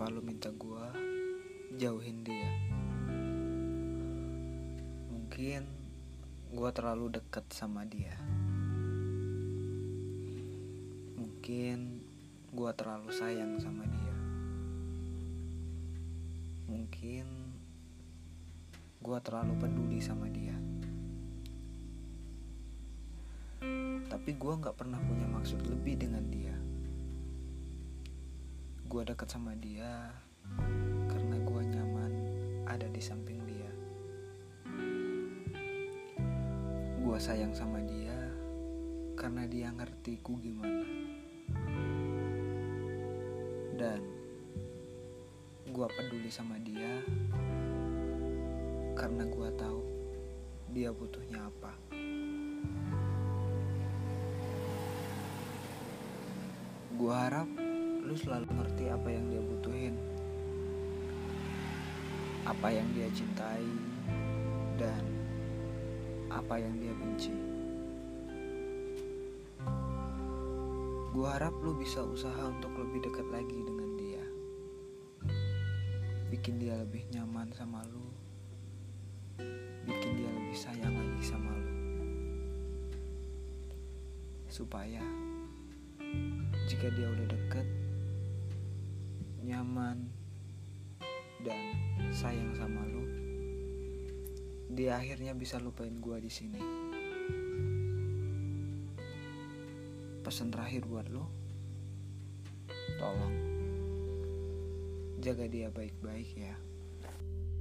kenapa lu minta gua jauhin dia. Mungkin gua terlalu dekat sama dia. Mungkin gua terlalu sayang sama dia. Mungkin gua terlalu peduli sama dia. Tapi gua gak pernah punya maksud lebih dengan dia. Gua dekat sama dia karena gua nyaman ada di samping dia. Gua sayang sama dia karena dia ngerti ku gimana. Dan gua peduli sama dia karena gua tahu dia butuhnya apa. Gua harap lu selalu ngerti apa yang dia butuhin, apa yang dia cintai, dan apa yang dia benci. Gua harap lu bisa usaha untuk lebih dekat lagi dengan dia, bikin dia lebih nyaman sama lu, bikin dia lebih sayang lagi sama lu, supaya jika dia udah deket, nyaman, dan sayang sama lu, dia akhirnya bisa lupain gua di sini. Pesan terakhir buat lu, tolong jaga dia baik-baik ya.